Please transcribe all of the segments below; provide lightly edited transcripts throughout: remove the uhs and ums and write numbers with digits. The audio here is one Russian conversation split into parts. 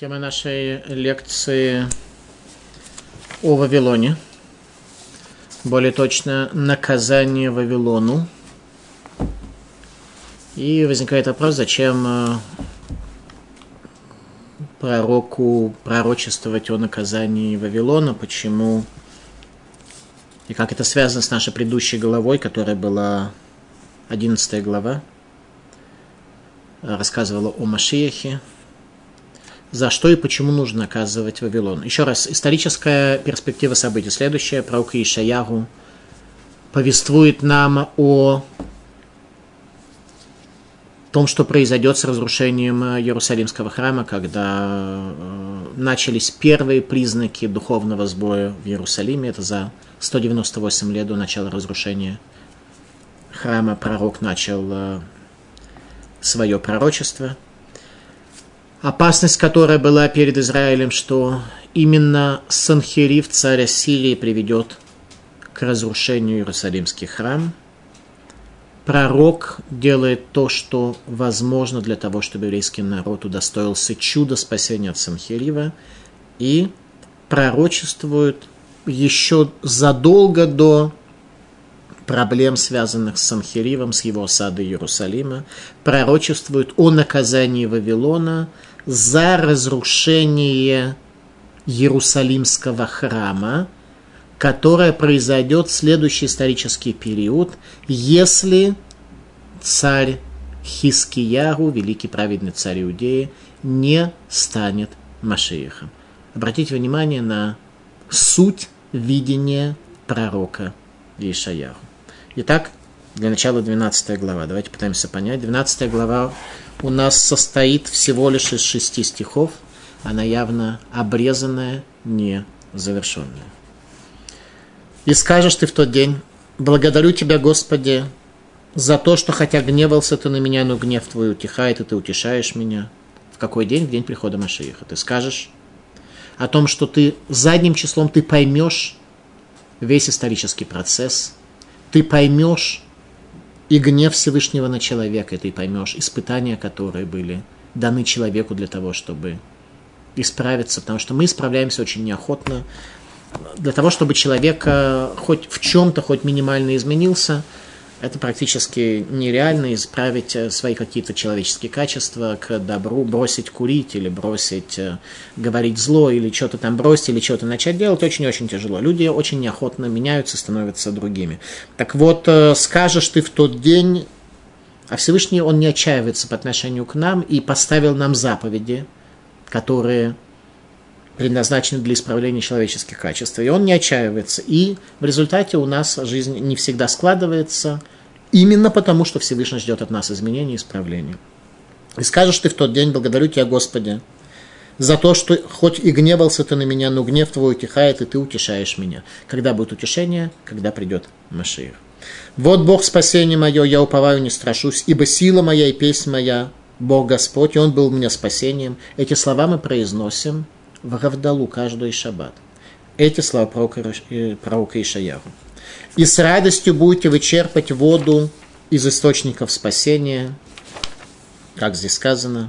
Тема нашей лекции о Вавилоне. Более точно, наказание Вавилону. И возникает вопрос, зачем пророку пророчествовать о наказании Вавилона, почему и как это связано с нашей предыдущей главой, которая была 11 глава, рассказывала о Машиахе, за что и почему нужно наказывать Вавилон. Еще раз, историческая перспектива событий следующая. Пророк Ишаяху повествует нам о том, что произойдет с разрушением Иерусалимского храма, когда начались первые признаки духовного сбоя в Иерусалиме. Это за 198 лет до начала разрушения храма пророк начал свое пророчество. Опасность, которая была перед Израилем, что именно Санхерив, царь Ассирии, приведет к разрушению Иерусалимский храм. Пророк делает то, что возможно для того, чтобы еврейский народ удостоился чуда спасения от Санхерива, и пророчествует еще задолго до проблем, связанных с Санхеривом, с его осадой Иерусалима, пророчествует о наказании Вавилона за разрушение Иерусалимского храма, которое произойдет в следующий исторический период, если царь Хискиягу, великий праведный царь Иудеи, не станет Машиахом. Обратите внимание на суть видения пророка Ишаяху. Итак, для начала 12 глава. Давайте пытаемся понять. 12 глава у нас состоит всего лишь из 6 стихов. Она явно обрезанная, не завершенная. «И скажешь ты в тот день: благодарю тебя, Господи, за то, что хотя гневался ты на меня, но гнев твой утихает, и ты утешаешь меня». В какой день? В день прихода Машиаха. Ты скажешь о том, что ты задним числом ты поймешь весь исторический процесс, ты поймешь и гнев Всевышнего на человека, и ты поймешь испытания, которые были даны человеку для того, чтобы исправиться, потому что мы исправляемся очень неохотно. Для того, чтобы человек хоть в чем-то, хоть минимально изменился, это практически нереально исправить свои какие-то человеческие качества к добру, бросить курить или бросить говорить зло, или что-то там бросить, или что-то начать делать, очень-очень тяжело. Люди очень неохотно меняются, становятся другими. Так вот, скажешь ты в тот день, а Всевышний, он не отчаивается по отношению к нам и поставил нам заповеди, которые предназначены для исправления человеческих качеств. И он не отчаивается. И в результате у нас жизнь не всегда складывается, именно потому, что Всевышний ждет от нас изменений и исправления. И скажешь ты в тот день: благодарю тебя, Господи, за то, что хоть и гневался ты на меня, но гнев твой утихает, и ты утешаешь меня. Когда будет утешение? Когда придет Машиах. Вот Бог спасение мое, я уповаю, не страшусь, ибо сила моя и песнь моя, Бог Господь, и Он был у меня спасением. Эти слова мы произносим в Гавдалу каждый шаббат. Эти слова пророка Ишаяху. «И с радостью будете вы черпать воду из источников спасения», как здесь сказано.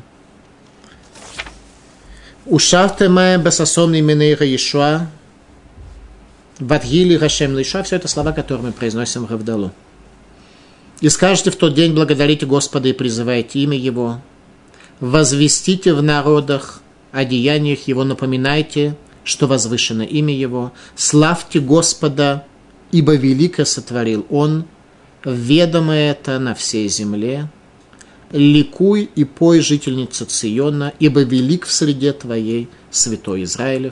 «Ушавте мая басасомни минейра Ишуа, ватгили гашем лиша». Все это слова, которые мы произносим в Гавдалу. «И скажете в тот день: благодарите Господа и призывайте имя Его, возвестите в народах о деяниях Его, напоминайте, что возвышено имя Его, славьте Господа, ибо велико сотворил Он, ведомо это на всей земле. Ликуй и пой, жительница Циона, ибо велик в среде твоей святой Израилев».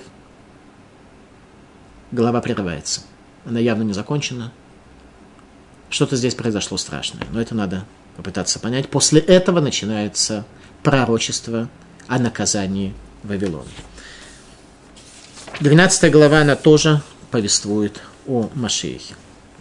Глава прерывается. Она явно не закончена. Что-то здесь произошло страшное, но это надо попытаться понять. После этого начинается пророчество о наказании Вавилона. 12 глава, она тоже повествует о Машиахе.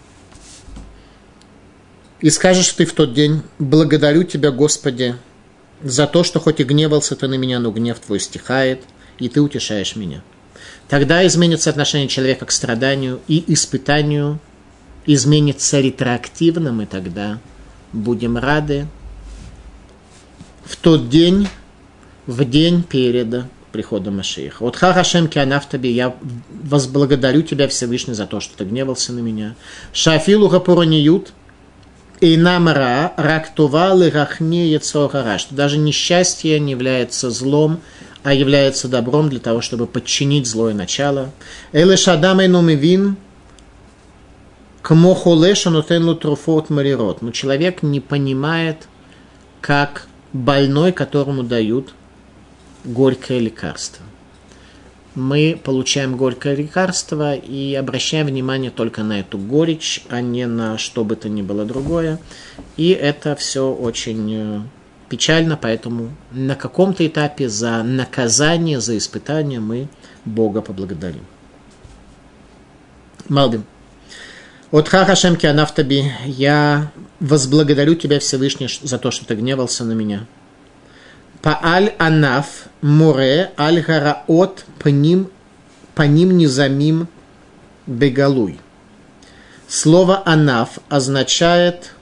«И скажешь ты в тот день: благодарю тебя, Господи, за то, что хоть и гневался ты на меня, но гнев твой стихает, и ты утешаешь меня. Тогда изменится отношение человека к страданию и испытанию, изменится ретроактивно, мы тогда будем рады в тот день, в день перед прихода Машиаха. «От Хашем кианав таби, я возблагодарю тебя, Всевышний, за то, что ты гневался на меня. Шафилу гапураниют, Эйнамара рактува лирахне яцорара, что даже несчастье не является злом, а является добром для того, чтобы подчинить злое начало. Элешадам эйномивин кмохолеша нотенлу труфот марирот. Но человек не понимает, как больной, которому дают горькое лекарство. Мы получаем горькое лекарство и обращаем внимание только на эту горечь, а не на что бы то ни было другое. И это все очень печально, поэтому на каком-то этапе за наказание, за испытание мы Бога поблагодарим. Малбим. От Хашем кианав таби, я возблагодарю тебя, Всевышний, за то, что ты гневался на меня. Пааль анаф море аль гараот паним низамим бегалуй. Слово анаф означает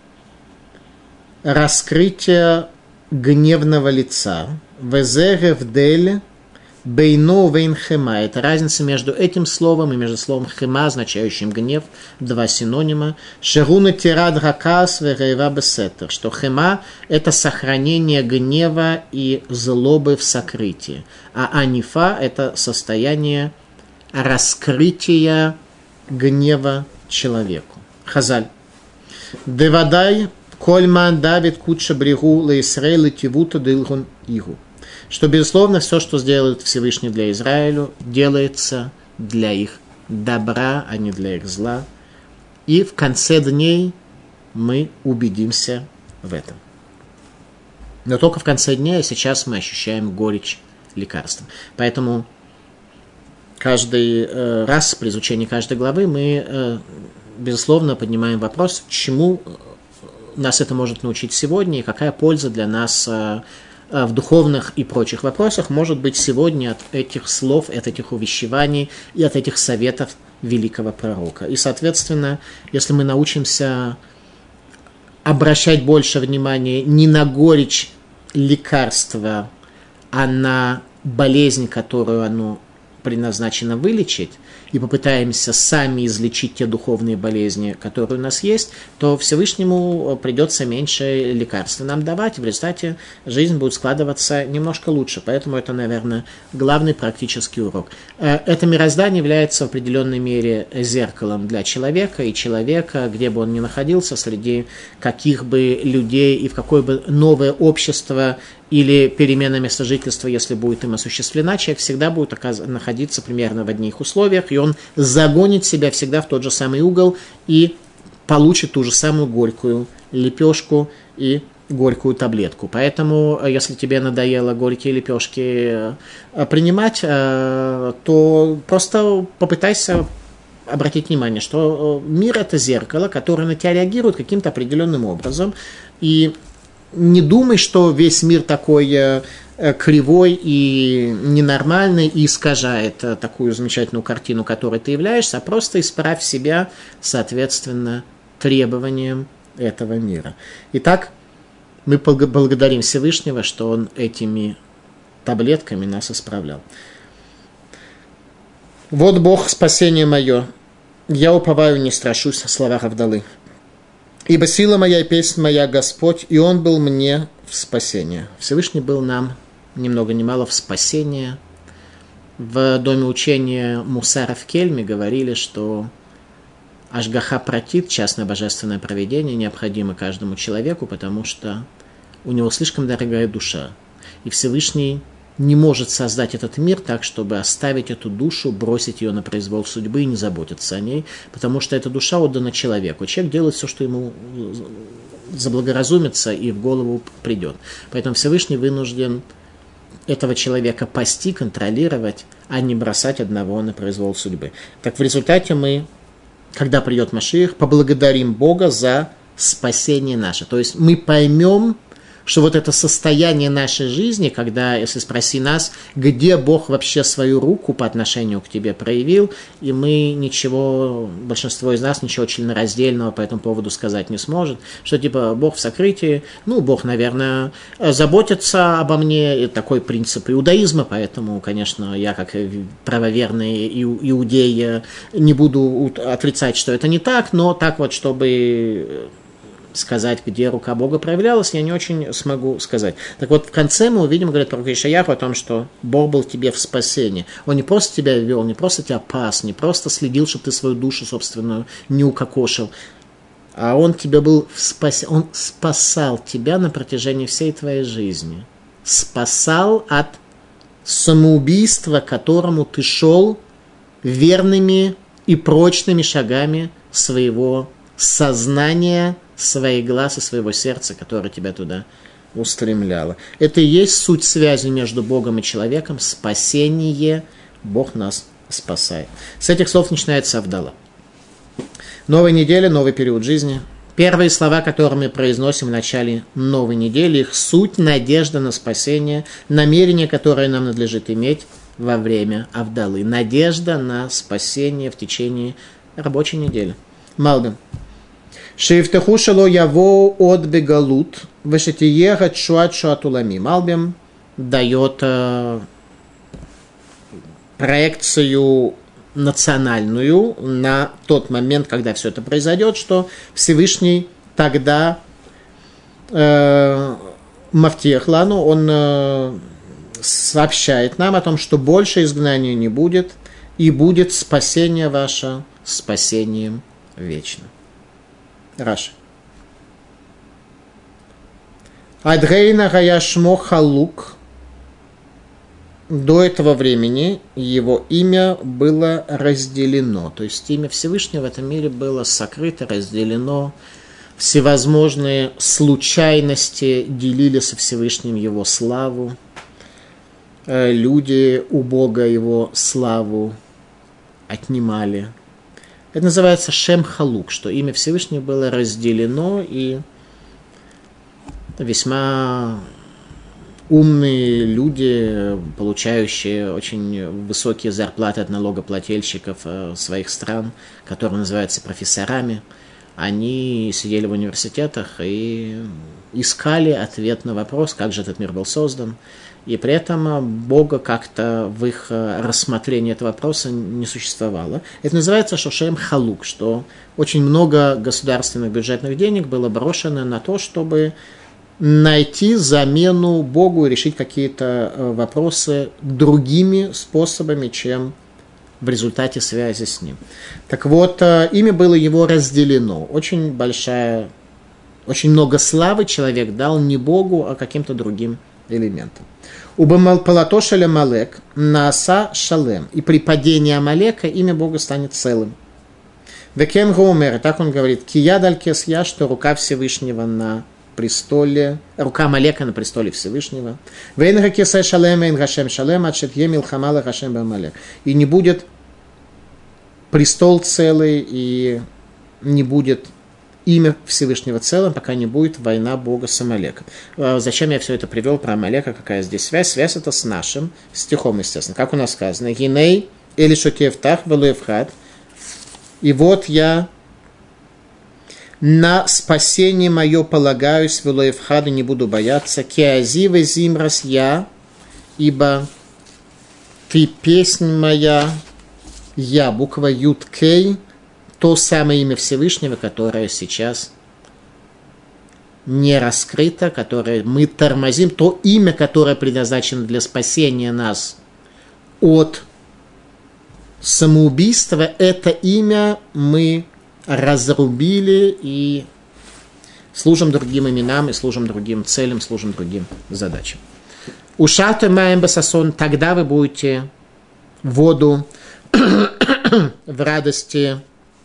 раскрытие гневного лица. Везеревдель бейно вейн хема. Это разница между этим словом и между словом хема, означающим гнев, два синонима. Шеруна тирад ракас верейва бесетер. Что хема – это сохранение гнева и злобы в сокрытии. А анифа – это состояние раскрытия гнева человеку. Хазаль. Девадай кольман давид куча брегу лаисрей лативута дилгун игу. Что, безусловно, все, что сделает Всевышний для Израиля, делается для их добра, а не для их зла. И в конце дней мы убедимся в этом. Но только в конце дня, и сейчас мы ощущаем горечь лекарства. Поэтому каждый раз при изучении каждой главы мы, безусловно, поднимаем вопрос, чему нас это может научить сегодня, и какая польза для нас в духовных и прочих вопросах может быть сегодня от этих слов, от этих увещеваний и от этих советов великого пророка. И, соответственно, если мы научимся обращать больше внимания не на горечь лекарства, а на болезнь, которую оно предназначено вылечить, и попытаемся сами излечить те духовные болезни, которые у нас есть, то Всевышнему придется меньше лекарств нам давать, и в результате жизнь будет складываться немножко лучше. Поэтому это, наверное, главный практический урок. Это мироздание является в определенной мере зеркалом для человека, и человека, где бы он ни находился, среди каких бы людей и в какое бы новое общество или перемена места жительства, если будет им осуществлена, человек всегда будет находиться примерно в одних условиях, и он загонит себя всегда в тот же самый угол и получит ту же самую горькую лепешку и горькую таблетку. Поэтому, если тебе надоело горькие лепешки принимать, то просто попытайся обратить внимание, что мир – это зеркало, которое на тебя реагирует каким-то определенным образом, и не думай, что весь мир такой кривой и ненормальный и искажает такую замечательную картину, которой ты являешься, а просто исправь себя соответственно требованиям этого мира. Итак, мы благодарим Всевышнего, что Он этими таблетками нас исправлял. Вот Бог, спасение мое, я уповаю, не страшусь, слова Авдалы. Ибо сила моя и песня моя Господь, и Он был мне в спасение. Всевышний был нам ни много ни мало в спасение. В доме учения Мусара в Кельме говорили, что Ашгаха Пратит, частное божественное провидение, необходимо каждому человеку, потому что у него слишком дорогая душа. И Всевышний не может создать этот мир так, чтобы оставить эту душу, бросить ее на произвол судьбы и не заботиться о ней, потому что эта душа отдана человеку. Человек делает все, что ему заблагоразумится и в голову придет. Поэтому Всевышний вынужден этого человека пасти, контролировать, а не бросать одного на произвол судьбы. Так в результате мы, когда придет Машиах, поблагодарим Бога за спасение наше. То есть мы поймем, что вот это состояние нашей жизни, когда, если спроси нас, где Бог вообще свою руку по отношению к тебе проявил, и мы ничего, большинство из нас ничего членораздельного по этому поводу сказать не сможет, что типа Бог в сокрытии, Бог, наверное, заботится обо мне, и такой принцип иудаизма, поэтому, конечно, я как правоверный иудей не буду отрицать, что это не так, но так вот, чтобы сказать, где рука Бога проявлялась, я не очень смогу сказать. Так вот, в конце мы увидим, говорит пророк Ишаяху, о том, что Бог был тебе в спасении. Он не просто тебя вел, не просто тебя пас, не просто следил, чтобы ты свою душу собственную не укокошил, а Он тебе был в спасении. Он спасал тебя на протяжении всей твоей жизни. Спасал от самоубийства, к которому ты шел верными и прочными шагами своего сознания, своих глаз и своего сердца, которое тебя туда устремляло. Это и есть суть связи между Богом и человеком, спасение. Бог нас спасает. С этих слов начинается Авдала. Новая неделя, новый период жизни. Первые слова, которые мы произносим в начале новой недели, их суть, надежда на спасение, намерение, которое нам надлежит иметь во время Авдалы. Надежда на спасение в течение рабочей недели. Малбим. Шейфтаху шало яво от бегалут, вешетие гачуат шуатулами. Малбим дает проекцию национальную на тот момент, когда все это произойдет, что Всевышний тогда Мафтиях Лану, он сообщает нам о том, что больше изгнания не будет, и будет спасение ваше спасением вечным. Раши. Адрейна Гаяшмо Халук. До этого времени его имя было разделено. То есть имя Всевышнего в этом мире было сокрыто, разделено. Всевозможные случайности делили со Всевышним его славу. Люди у Бога его славу отнимали. Это называется Шем Халук, что имя Всевышнего было разделено, и весьма умные люди, получающие очень высокие зарплаты от налогоплательщиков своих стран, которые называются профессорами, они сидели в университетах и искали ответ на вопрос, как же этот мир был создан. И при этом Бога как-то в их рассмотрении этого вопроса не существовало. Это называется Шошем Халук, что очень много государственных бюджетных денег было брошено на то, чтобы найти замену Богу и решить какие-то вопросы другими способами, чем в результате связи с Ним. Так вот, имя было его разделено. Очень много славы человек дал не Богу, а каким-то другим элементам. Убамалпалатошаля Малек, Нааса Шалем. И при падении Амалека имя Бога станет целым. Векен Гоумер, так он говорит, Киядаль Кесья, что рука Всевышнего на престоле, рука Амалека на престоле Всевышнего. Вейнга Кесай Шалем, Вейн Гашем Шалем, Ачет Емил Хамала Гашем Бамалек. И не будет престол целый, и не будет имя Всевышнего целым, пока не будет война Бога с Амалеком. Зачем я все это привел про Амалека? Какая здесь связь? Связь это с нашим стихом, естественно. Как у нас сказано. Гиней или шотевтах велуевхат. И вот я на спасение мое полагаюсь, велуевхаду не буду бояться. Киазивы зимрас я, ибо ты песнь моя, я, буква Ют Кей, то самое имя Всевышнего, которое сейчас не раскрыто, которое мы тормозим, то имя, которое предназначено для спасения нас от самоубийства, это имя мы разрубили и служим другим именам, и служим другим целям, служим другим задачам. Ушаты маем басасон, тогда вы будете воду в радости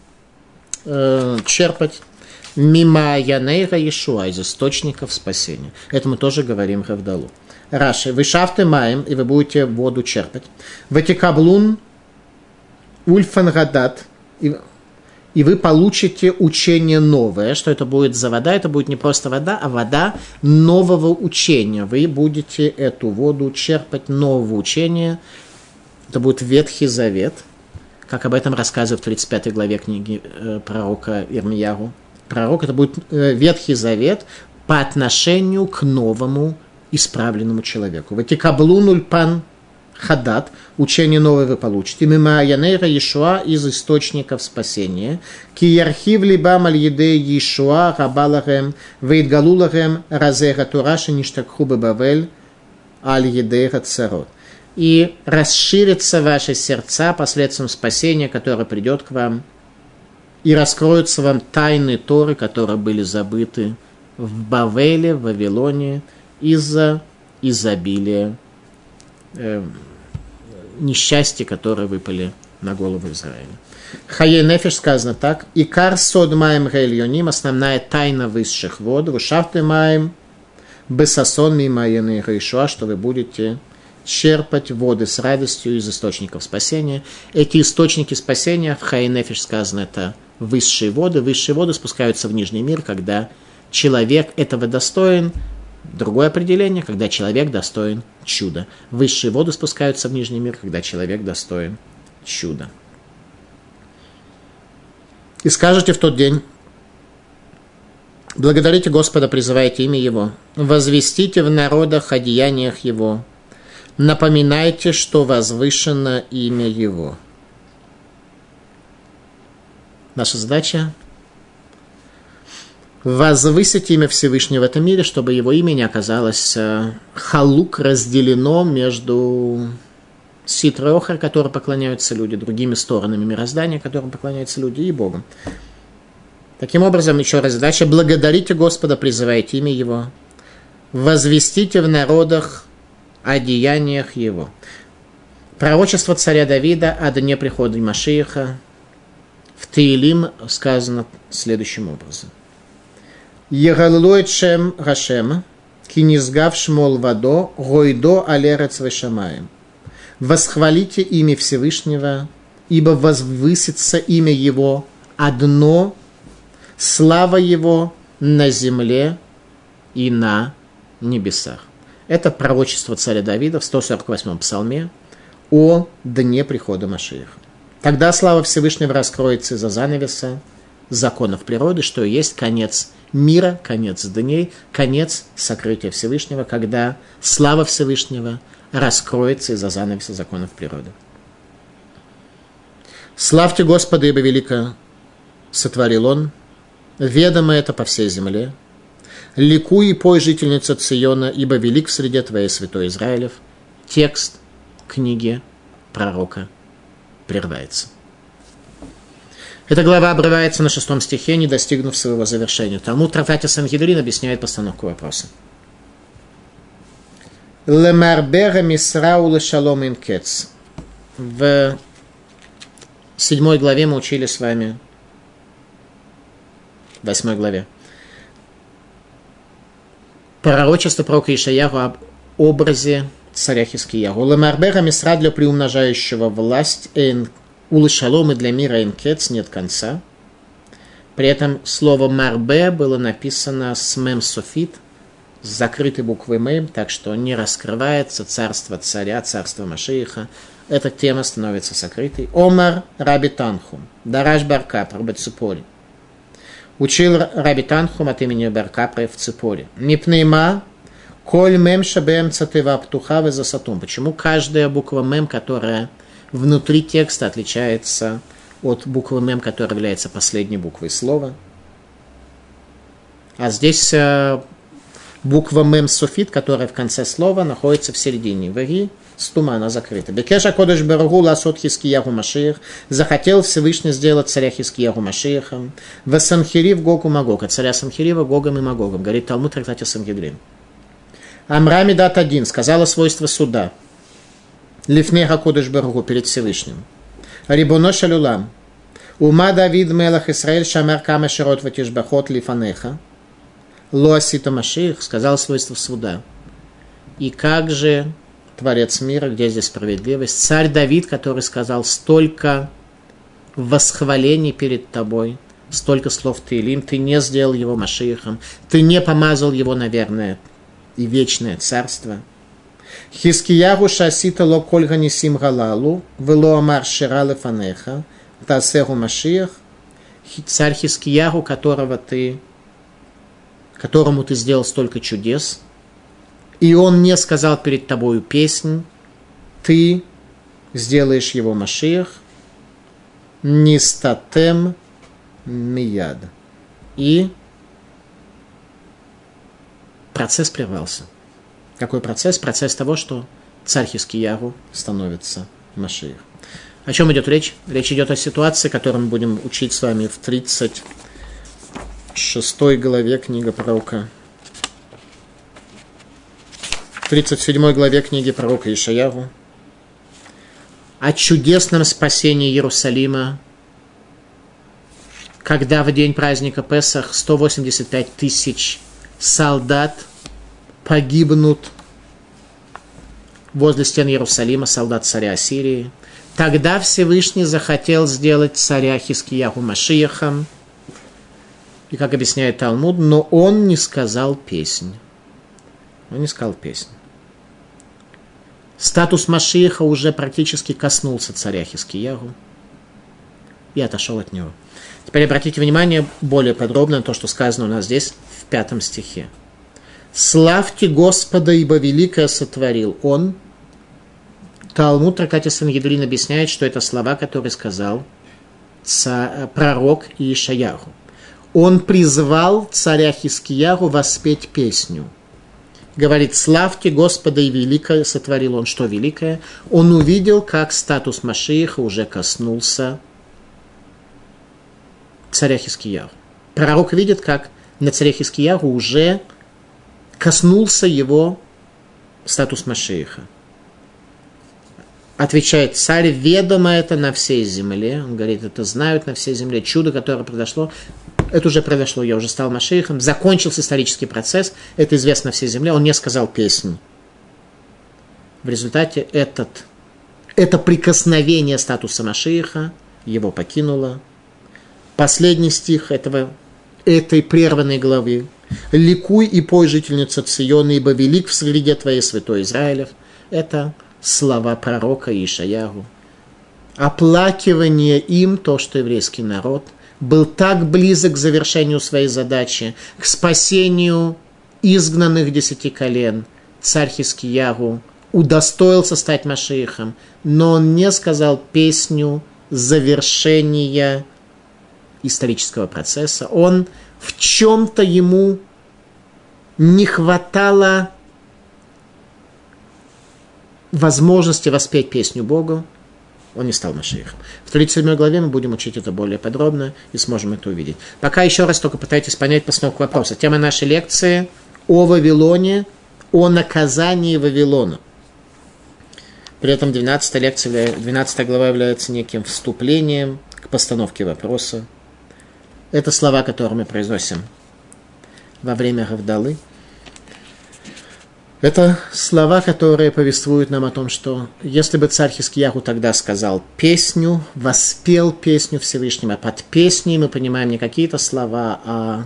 черпать мимо Янейра Иешуа, из источников спасения. Это мы тоже говорим в Авдалу. Раши, вы шафты маем, и вы будете воду черпать. Ватикаблун ульфангадат, и и вы получите учение новое. Что это будет за вода? Это будет не просто вода, а вода нового учения. Вы будете эту воду черпать нового учения. Это будет Ветхий Завет, как об этом рассказывает в 35 главе книги пророка Ирмиягу. Пророк, это будет Ветхий Завет по отношению к новому исправленному человеку. Ватикаблун ульпан хадат, учение новое вы получите. Мима янейра Иешуа из источников спасения. Ки ярхив либам аль едей Иешуа рабалахем вейтгалулахем разеха тураши ништакху бавель аль едей царот. И расширятся ваши сердца посредством спасения, которое придет к вам, и раскроются вам тайны Торы, которые были забыты в Бавеле, в Вавилоне, из-за изобилия несчастья, которые выпали на голову Израиля. Хаей нефеш сказано так. Икар сод маем гейльоним, основная тайна высших вод, вышафты маем бесасон мимо яны гейшуа, что вы будете черпать воды с радостью из источников спасения. Эти источники спасения, в Хаей нефеш сказано, это высшие воды. Высшие воды спускаются в нижний мир, когда человек этого достоин. Другое определение, когда человек достоин чуда. Высшие воды спускаются в нижний мир, когда человек достоин чуда. И скажете в тот день: благодарите Господа, призывайте имя Его, возвестите в народах о деяниях Его, напоминайте, что возвышено имя Его. Наша задача — возвысить имя Всевышнего в этом мире, чтобы его имя не оказалось халук, разделено между ситрой охр, которой поклоняются люди, другими сторонами мироздания, которым поклоняются люди, и Богом. Таким образом, еще раз задача: благодарите Господа, призывайте имя Его, возвестите в народах о деяниях Его. Пророчество царя Давида о дне прихода Машиаха в Теилим сказано следующим образом. Егаллует шем Гашем, кинизгав шмол вадо, гойдо алерец вешамаем. Восхвалите имя Всевышнего, ибо возвысится имя Его одно, слава Его на земле и на небесах. Это пророчество царя Давида в 148-м псалме о дне прихода Машиаха. Тогда слава Всевышнего раскроется из-за занавеса законов природы, что есть конец мира, конец дней, конец сокрытия Всевышнего, когда слава Всевышнего раскроется из-за занавеса законов природы. Славьте Господа, ибо велико сотворил Он, ведомо это по всей земле. Ликуй и пой, жительница Циона, ибо велик в среде твоей, святой Израилев. Текст книги пророка прерывается. Эта глава обрывается на 6 стихе, не достигнув своего завершения. Талмуд в трактате Сангедрин объясняет постановку вопроса. Лемарбера мисрау лешалом инкец. В 7 главе мы учили с вами, в 8 главе, пророчество пророка Ишаяху об образе царя Хискиягу. Лемарбера мисра для приумножающего власть улышалом и для мира инкец нет конца. При этом слово марбе было написано с мем софит, с закрытой буквой мем, так что не раскрывается царство царя, царство Машиаха. Эта тема становится сокрытой. Омар Раби Танхум, Дараш Бар-Капра б-Ципоре. Учил Раби Танхум от имени Бар-Капры в Ципоре. Мипнейма коль мем шабем цатыва птуха везасатум. Почему каждая буква мем, которая внутри текста, отличается от буквы мем, которая является последней буквой слова? А здесь буква мем софит, которая в конце слова, находится в середине. Ваги стума, она закрыта. Бекеша кодеш беругу ласот Хискиягу Машиах. Захотел Всевышний сделать царя Хискиягу Машиахом. Васамхирив Гогу Магога. Царя Самхирива Гогом и Магогом. Говорит Талмуд в трактате Сангедрин. Амрами дат один. Сказала свойство суда. Лифнеха кодеш беругу, перед Всевышним. Рибоно шалюлам. Ума Давид мелах Исраэль шамар кама широт ватишбахот лифанеха. Лоасита Машиах, сказал свойство суда. И как же Творец мира, где здесь справедливость? Царь Давид, который сказал столько восхвалений перед тобой, столько слов Теилим, ты не сделал его Машиахом, ты не помазал его, наверное, и вечное царство. Хискиягу шасита ло коль ганисим галалу, вело амар шира лефанеха, тасеху Машиах. Царь Хискиягу, которому ты сделал столько чудес, и он не сказал перед тобою песнь, ты сделаешь его Машиах, нистатем мияд. И процесс прервался. Какой процесс? Процесс того, что царь Хискиягу становится Машиах. О чем идет речь? Речь идет о ситуации, которую мы будем учить с вами в 36 главе книги пророка. В 37 главе книги пророка Ишаяху. О чудесном спасении Иерусалима, когда в день праздника Песах 185 тысяч солдат погибнут возле стен Иерусалима, солдат царя Ассирии. Тогда Всевышний захотел сделать царя Хискиягу Машиахом, и, как объясняет Талмуд, но он не сказал песнь. Он не сказал песнь. Статус Машиаха уже практически коснулся царя Хискиягу и отошел от него. Теперь обратите внимание более подробно на то, что сказано у нас здесь в 5 стихе. «Славьте Господа, ибо великое сотворил Он». Талмуд в трактате Сангедрин объясняет, что это слова, которые сказал пророк Ишаяху. Он призвал царя Хискиягу воспеть песню. Говорит, славьте Господа, и великое сотворил Он. Что великое? Он увидел, как статус Машиаха уже коснулся царя Хискиягу. Пророк видит, как на царе Хискиягу уже коснулся его статус Машиаха. Отвечает царь, ведомо это на всей земле. Он говорит, это знают на всей земле. Чудо, которое произошло, это уже произошло, я уже стал Машиахом. Закончился исторический процесс, это известно на всей земле. Он не сказал песнь. В результате это прикосновение статуса Машиаха его покинуло. Последний стих этой прерванной главы. «Ликуй и пой, жительница Циона, ибо велик в среде твоей святой Израилев». Это слова пророка Ишаяху. Оплакивание им, то, что еврейский народ был так близок к завершению своей задачи, к спасению изгнанных 10 колен. Царь Хискиягу удостоился стать Машиахом, но он не сказал песню завершения исторического процесса. Он в чем-то ему не хватало возможности воспеть песню Богу, он не стал Машиахом. В 37 главе мы будем учить это более подробно и сможем это увидеть. Пока еще раз только пытайтесь понять постановку вопроса. Тема нашей лекции о Вавилоне, о наказании Вавилона. При этом 12 глава является неким вступлением к постановке вопроса. Это слова, которые мы произносим во время Гавдалы. Это слова, которые повествуют нам о том, что если бы царь Хискиягу тогда сказал песню, воспел песню Всевышнего, под песней мы понимаем не какие-то слова, а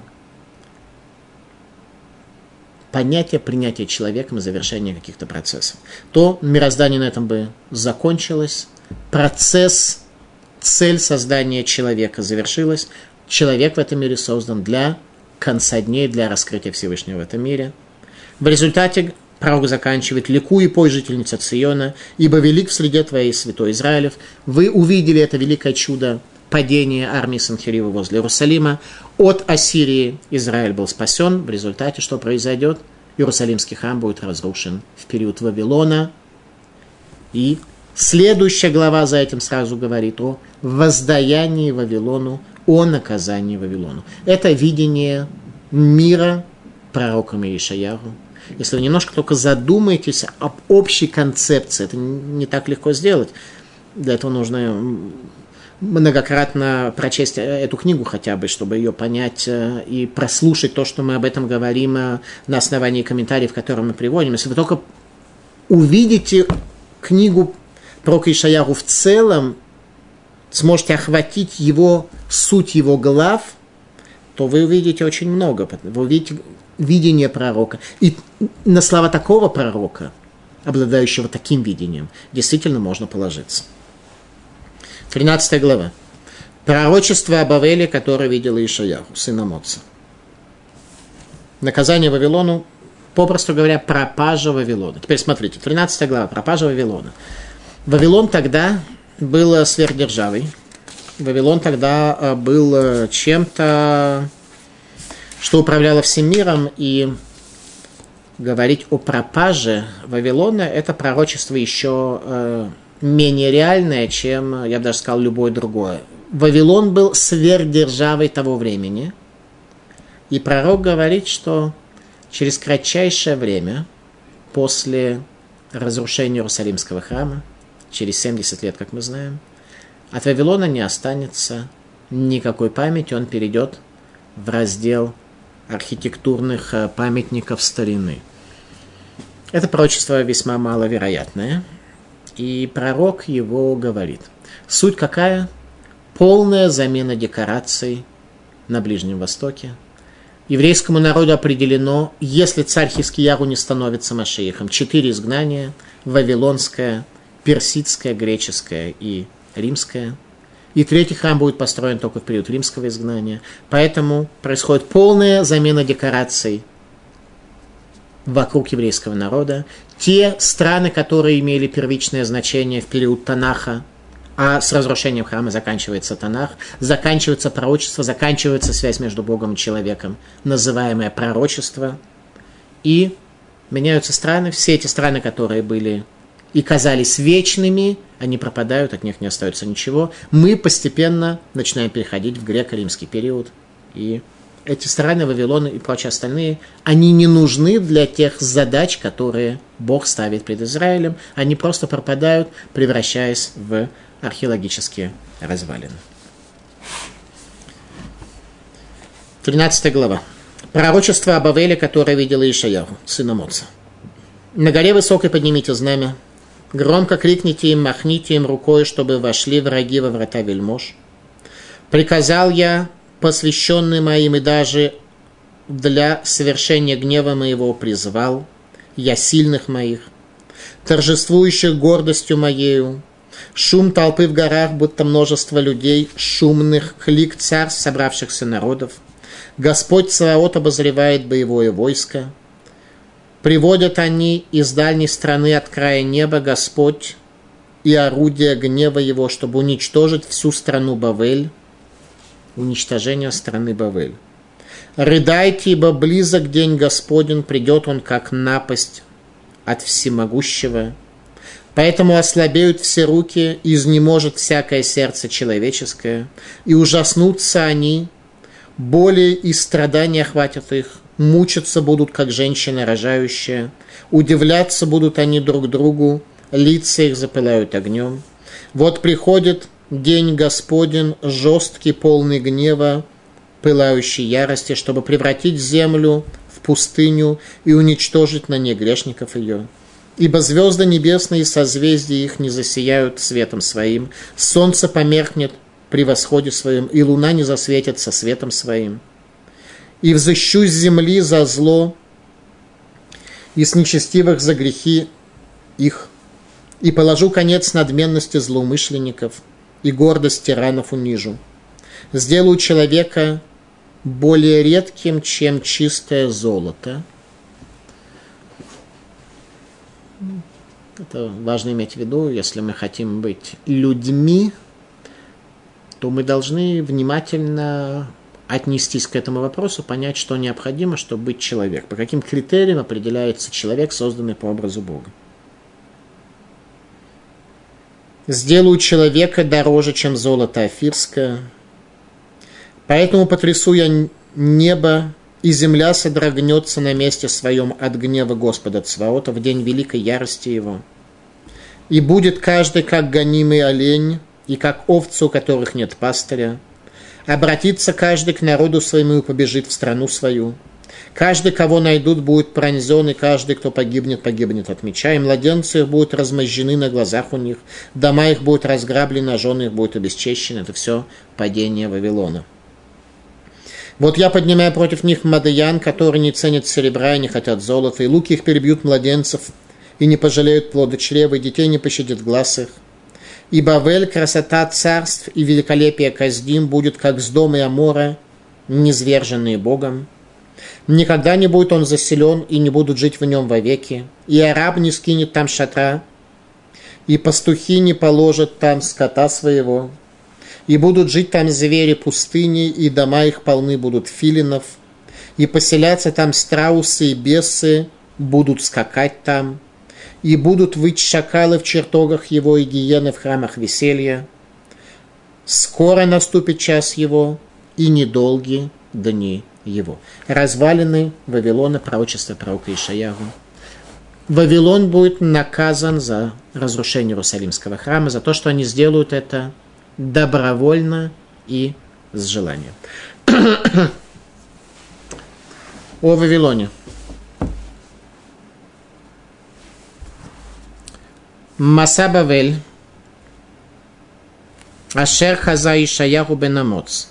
понятие принятия человеком и завершения каких-то процессов, то мироздание на этом бы закончилось, процесс, цель создания человека завершилась, человек в этом мире создан для конца дней, для раскрытия Всевышнего в этом мире. В результате пророк заканчивает: «Ликуй и пой, жительница Циона, ибо велик в среде твоей святой Израилев». Вы увидели это великое чудо падения армии Санхерива возле Иерусалима. От Ассирии Израиль был спасен. В результате что произойдет? Иерусалимский храм будет разрушен в период Вавилона. И следующая глава за этим сразу говорит о воздаянии Вавилону, о наказании Вавилону. Это видение мира пророком Ишаяху. Если вы немножко только задумаетесь об общей концепции, это не так легко сделать. Для этого нужно многократно прочесть эту книгу хотя бы, чтобы ее понять и прослушать то, что мы об этом говорим на основании комментариев, которые мы приводим. Если вы только увидите книгу пророка Ишаяху в целом, сможете охватить его, суть его глав, то вы увидите очень много. Вы увидите видение пророка. И на слова такого пророка, обладающего таким видением, действительно можно положиться. 13 глава. Пророчество об Авеле, которое видел Ишаяху, сын Амоца. Наказание Вавилону, попросту говоря, пропажа Вавилона. Теперь смотрите, 13 глава, пропажа Вавилона. Вавилон тогда был сверхдержавой. Вавилон тогда был чем-то, что управляло всем миром, и говорить о пропаже Вавилона – это пророчество еще менее реальное, чем, я бы даже сказал, любое другое. Вавилон был сверхдержавой того времени, и пророк говорит, что через кратчайшее время, после разрушения Иерусалимского храма, через 70 лет, как мы знаем, от Вавилона не останется никакой памяти, он перейдет в раздел архитектурных памятников старины. Это пророчество весьма маловероятное, и пророк его говорит. Суть какая? Полная замена декораций на Ближнем Востоке. Еврейскому народу определено, если царь Хискиягу не становится Машиахом, 4 изгнания: вавилонское, персидское, греческое и римское. И 3-й храм будет построен только в период римского изгнания. Поэтому происходит полная замена декораций вокруг еврейского народа. Те страны, которые имели первичное значение в период Танаха, а с разрушением храма заканчивается Танах, заканчивается пророчество, заканчивается связь между Богом и человеком, называемое пророчество, и меняются страны. Все эти страны, которые были и казались вечными, они пропадают, от них не остается ничего. Мы постепенно начинаем переходить в греко-римский период. И эти страны, Вавилон и прочие остальные, они не нужны для тех задач, которые Бог ставит перед Израилем. Они просто пропадают, превращаясь в археологические развалины. 13 глава. Пророчество об Авеле, которое видел Ишаяху, сын Амоца. На горе высокой поднимите знамя, громко крикните им, махните им рукой, чтобы вошли враги во врата вельмож. Приказал я, посвященный моим, и даже для совершения гнева моего призвал я сильных моих, торжествующих гордостью моею, шум толпы в горах, будто множество людей, шумных, клик царств, собравшихся народов. Господь Цаваот обозревает боевое войско. Приводят они из дальней страны от края неба Господь и орудие гнева его, чтобы уничтожить всю страну Бавель. Уничтожение страны Бавель. Рыдайте, ибо близок день Господень, придет он как напасть от всемогущего. Поэтому ослабеют все руки, и изнеможет всякое сердце человеческое, и ужаснутся они, боли и страдания охватят их, мучиться будут, как женщина рожающая, удивляться будут они друг другу, лица их запылают огнем. Вот приходит день Господень, жесткий, полный гнева, пылающий ярости, чтобы превратить землю в пустыню и уничтожить на ней грешников ее. Ибо звезды небесные и созвездия их не засияют светом своим, солнце померкнет при восходе своем, и луна не засветится светом своим. И взыщу с земли за зло, и с нечестивых за грехи их, и положу конец надменности злоумышленников, и гордость тиранов унижу. Сделаю человека более редким, чем чистое золото. Это важно иметь в виду, если мы хотим быть людьми, то мы должны внимательно отнестись к этому вопросу, понять, что необходимо, чтобы быть человеком. По каким критериям определяется человек, созданный по образу Бога. Сделаю человека дороже, чем золото афирское. Поэтому потрясу я небо, и земля содрогнется на месте своем от гнева Господа Цваота в день великой ярости его. И будет каждый, как гонимый олень, и как овцы, у которых нет пастыря. Обратится каждый к народу своему и побежит в страну свою. Каждый, кого найдут, будет пронзен, и каждый, кто погибнет, погибнет от меча. И младенцы их будут размозжены на глазах у них, дома их будут разграблены, жены их будут обесчещены. Это все падение Вавилона. Вот я поднимаю против них Мадиян, которые не ценят серебра и не хотят золота, и луки их перебьют младенцев, и не пожалеют плода чрева, и детей не пощадят глаз их. И Бавель, красота царств и великолепие Каздим будет, как Сдом и Амора, низверженные Богом. Никогда не будет он заселен, и не будут жить в нем вовеки. И араб не скинет там шатра, и пастухи не положат там скота своего. И будут жить там звери пустыни, и дома их полны будут филинов. И поселятся там страусы и бесы, будут скакать там. И будут выть шакалы в чертогах его, и гиены в храмах веселья. Скоро наступит час его, и недолгие дни его. Развалины Вавилона, пророчество пророка Ишаяху. Вавилон будет наказан за разрушение Иерусалимского храма, за то, что они сделают это добровольно и с желанием. О Вавилоне. Маса Бавель, Ашер Хаза Ишаяху бен Амоц.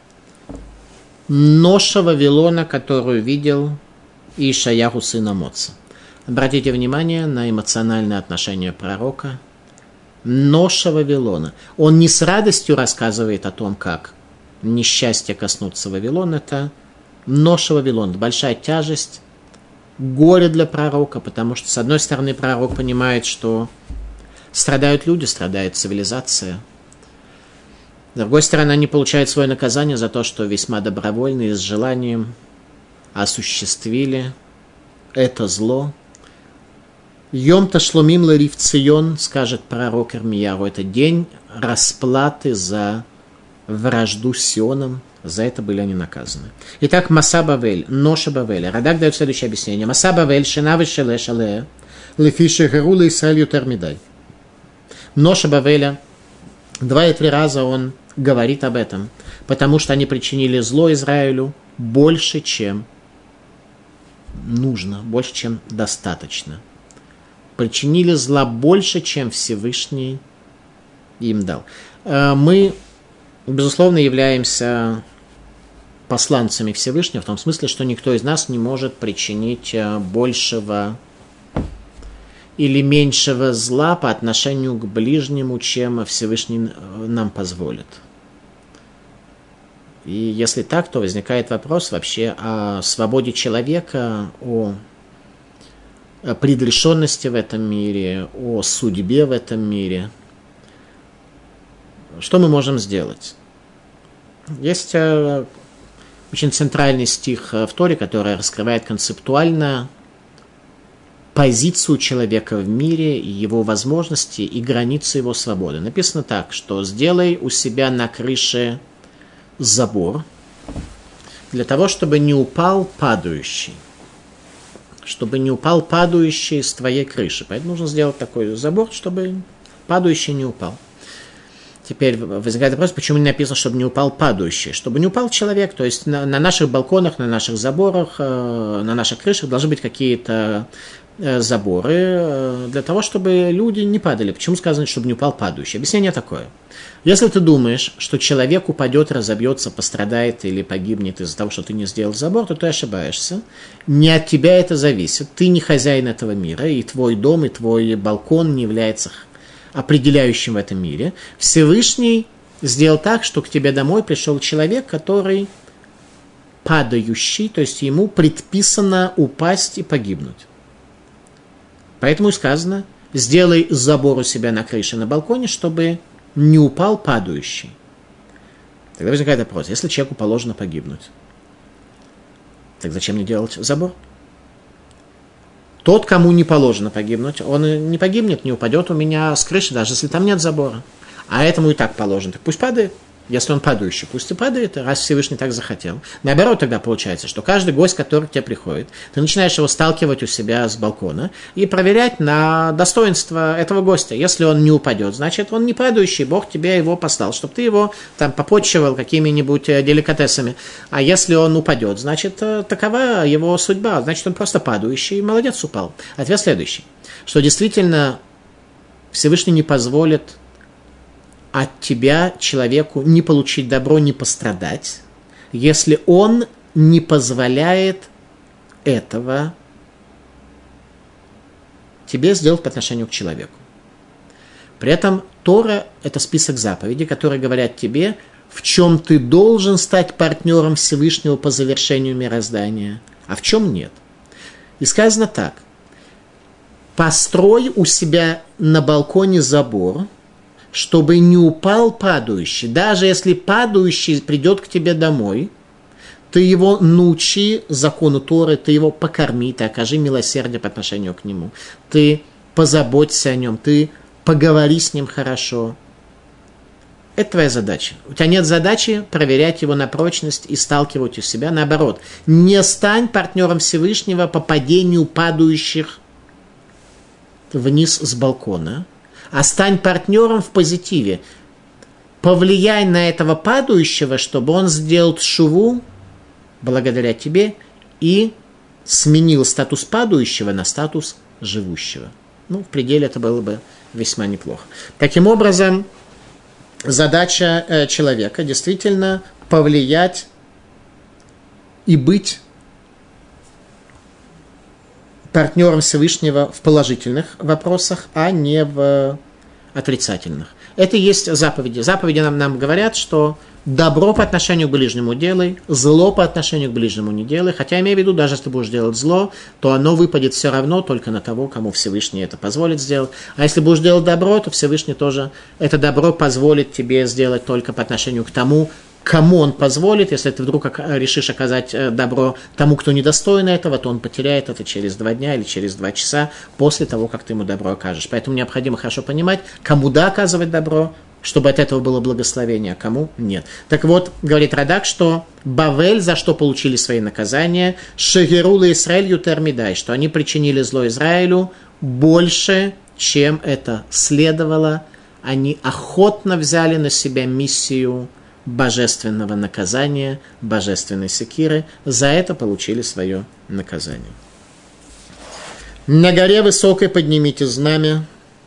Ноша Вавилона, которую видел Ишаяху сын Амоца. Обратите внимание на эмоциональное отношение пророка. Ноша Вавилона. Он не с радостью рассказывает о том, как несчастье коснуться Вавилона. Это ноша Вавилона, большая тяжесть, горе для пророка, потому что, с одной стороны, пророк понимает, что страдают люди, страдает цивилизация. С другой стороны, они получают свое наказание за то, что весьма добровольно и с желанием осуществили это зло. Йом ташлумим ларив цион, скажет пророк Ирмияру, это день расплаты за вражду с Сионом, за это были они наказаны. Итак, Маса Бавель, Ноша Бавель. Радак дает следующее объяснение. Маса Бавель, Шинавы Шеле Шале, Лефиши Герула Исраэль Термидай. Ноша Бавеля, 2 и 3 раза он говорит об этом, потому что они причинили зло Израилю больше, чем нужно, больше, чем достаточно. Причинили зла больше, чем Всевышний им дал. Мы, безусловно, являемся посланцами Всевышнего, в том смысле, что никто из нас не может причинить большего или меньшего зла по отношению к ближнему, чем Всевышний нам позволит. И если так, то возникает вопрос вообще о свободе человека, о предрешенности в этом мире, о судьбе в этом мире. Что мы можем сделать? Есть очень центральный стих в Торе, который раскрывает концептуально позицию человека в мире, его возможности и границы его свободы. Написано так, что сделай у себя на крыше забор для того, чтобы не упал падающий. Чтобы не упал падающий с твоей крыши. Поэтому нужно сделать такой забор, чтобы падающий не упал. Теперь возникает вопрос, почему не написано, чтобы не упал падающий. Чтобы не упал человек, то есть на наших балконах, на наших заборах, на наших крышах должны быть какие-то заборы для того, чтобы люди не падали. Почему сказано, чтобы не упал падающий? Объяснение такое. Если ты думаешь, что человек упадет, разобьется, пострадает или погибнет из-за того, что ты не сделал забор, то ты ошибаешься. Не от тебя это зависит. Ты не хозяин этого мира, и твой дом, и твой балкон не является определяющим в этом мире. Всевышний сделал так, что к тебе домой пришел человек, который падающий, то есть ему предписано упасть и погибнуть. Поэтому и сказано, сделай забор у себя на крыше, на балконе, чтобы не упал падающий. Тогда возникает вопрос, если человеку положено погибнуть, так зачем мне делать забор? Тот, кому не положено погибнуть, он не погибнет, не упадет у меня с крыши, даже если там нет забора. А этому и так положено, так пусть падает. Если он падающий, пусть и падает, раз Всевышний так захотел. Наоборот, тогда получается, что каждый гость, который к тебе приходит, ты начинаешь его сталкивать у себя с балкона и проверять на достоинство этого гостя. Если он не упадет, значит, он не падающий, Бог тебе его послал, чтобы ты его там попотчевал какими-нибудь деликатесами. А если он упадет, значит, такова его судьба, значит, он просто падающий, молодец, упал. Ответ следующий, что действительно Всевышний не позволит от тебя человеку не получить добро, не пострадать, если он не позволяет этого тебе сделать по отношению к человеку. При этом Тора – это список заповедей, которые говорят тебе, в чем ты должен стать партнером Всевышнего по завершению мироздания, а в чем нет. И сказано так: построй у себя на балконе забор, чтобы не упал падающий. Даже если падающий придет к тебе домой, ты его научи закону Торы, ты его покорми, ты окажи милосердие по отношению к нему. Ты позаботься о нем, ты поговори с ним хорошо. Это твоя задача. У тебя нет задачи проверять его на прочность и сталкивать у себя. Наоборот, не стань партнером Всевышнего по падению падающих вниз с балкона, а стань партнером в позитиве. Повлияй на этого падающего, чтобы он сделал тшуву благодаря тебе и сменил статус падающего на статус живущего. В пределе это было бы весьма неплохо. Таким образом, задача человека действительно повлиять и быть партнером Всевышнего в положительных вопросах, а не в отрицательных. Это и есть заповеди. Заповеди нам говорят, что добро по отношению к ближнему делай, зло по отношению к ближнему не делай. Хотя, имею в виду, даже если ты будешь делать зло, то оно выпадет все равно только на того, кому Всевышний это позволит сделать. А если будешь делать добро, то Всевышний тоже это добро позволит тебе сделать только по отношению к тому, кому он позволит. Если ты вдруг решишь оказать добро тому, кто недостоин этого, то он потеряет это через 2 дня или через 2 часа после того, как ты ему добро окажешь. Поэтому необходимо хорошо понимать, кому да оказывать добро, чтобы от этого было благословение, а кому нет. Так вот, говорит Радак, что Бавель за что получили свои наказания? Шегерула Исраэль ютер мидай, что они причинили зло Израилю больше, чем это следовало. Они охотно взяли на себя миссию божественного наказания, божественной секиры, за это получили свое наказание. На горе высокой поднимите знамя,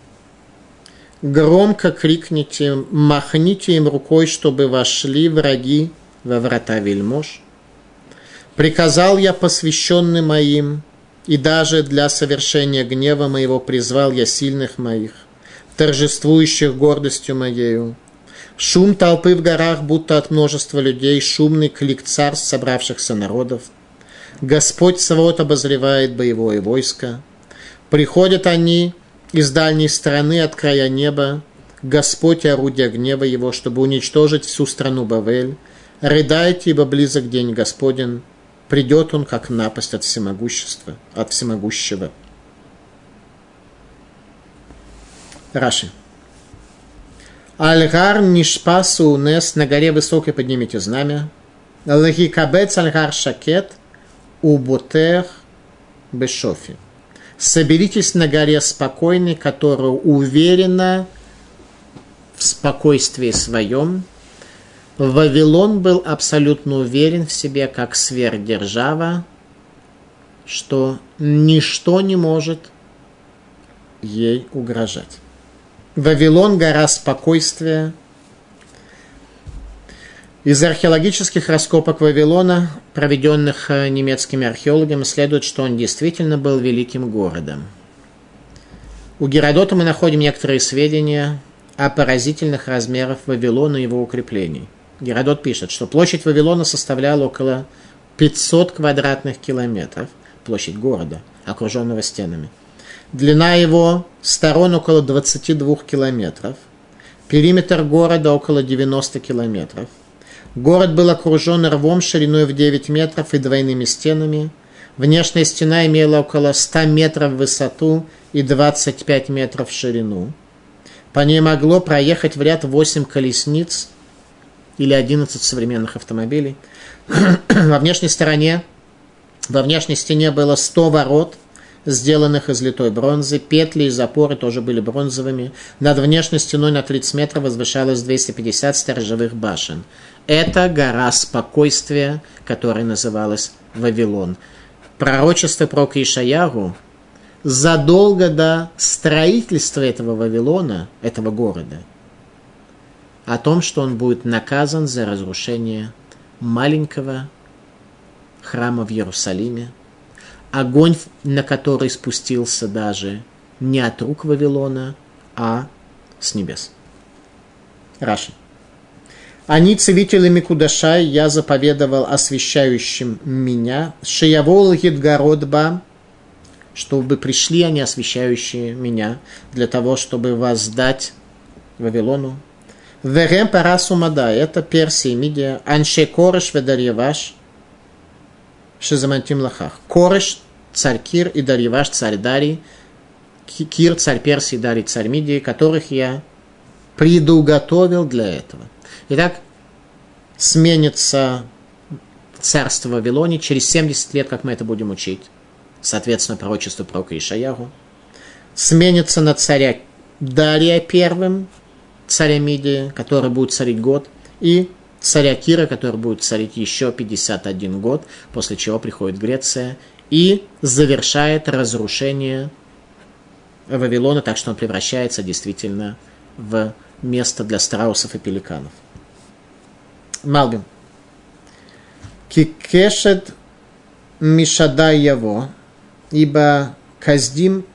громко крикните, махните им рукой, чтобы вошли враги во врата вельмож. Приказал я посвященным моим, и даже для совершения гнева моего призвал я сильных моих, торжествующих гордостью моею. Шум толпы в горах, будто от множества людей, шумный клик царств, собравшихся народов. Господь Саваот обозревает боевое войско. Приходят они из дальней страны, от края неба. Господь орудие гнева его, чтобы уничтожить всю страну Бавель. Рыдайте, ибо близок день Господень. Придет он, как напасть от всемогущества, от всемогущего. Раши. Аль-Гар нишпасу унес, на горе высокой поднимите знамя. Лахикабец аль-Гар шакет уботех бешофи. Соберитесь на горе спокойной, которая уверена в спокойствии своем. Вавилон был абсолютно уверен в себе, как сверхдержава, что ничто не может ей угрожать. Вавилон – гора спокойствия. Из археологических раскопок Вавилона, проведенных немецкими археологами, следует, что он действительно был великим городом. У Геродота мы находим некоторые сведения о поразительных размерах Вавилона и его укреплений. Геродот пишет, что площадь Вавилона составляла около 500 квадратных километров, площадь города, окруженного стенами. Длина его сторон около 22 километров. Периметр города около 90 километров. Город был окружен рвом шириной в 9 метров и двойными стенами. Внешняя стена имела около 100 метров в высоту и 25 метров в ширину. По ней могло проехать в ряд 8 колесниц или 11 современных автомобилей. Во внешней стене было 100 ворот, сделанных из литой бронзы. Петли и запоры тоже были бронзовыми. Над внешней стеной на 30 метров возвышалось 250 сторожевых башен. Это гора спокойствия, которая называлась Вавилон. Пророчество пророка Ишаяху задолго до строительства этого Вавилона, этого города, о том, что он будет наказан за разрушение маленького храма в Иерусалиме, огонь, на который спустился даже не от рук Вавилона, а с небес. Раши. Они целителями Кудашай, я заповедовал освящающим меня, Шеявол Гидгородба, чтобы пришли они, освящающие меня, для того, чтобы воздать Вавилону. Верем Парасу Мада, это Персия и Мидия, Анше Кореш Ведарьеваш, Шизамантим Лахах. Кореш, царь Кир, и Дарьеваш, царь Дарий, Кир, царь Персии, Дарий, царь Мидии, которых я предуготовил для этого. Итак, сменится царство в Вавилоне через 70 лет, как мы это будем учить, соответственно, пророчество пророка Ишаяху. Сменится на царя Дария первым, царя Мидии, который будет царить год, и царя Кира, который будет царить еще 51 год, после чего приходит Греция и завершает разрушение Вавилона, так что он превращается действительно в место для страусов и пеликанов. Малбим. Кикешет мишадай яво, ибо каздим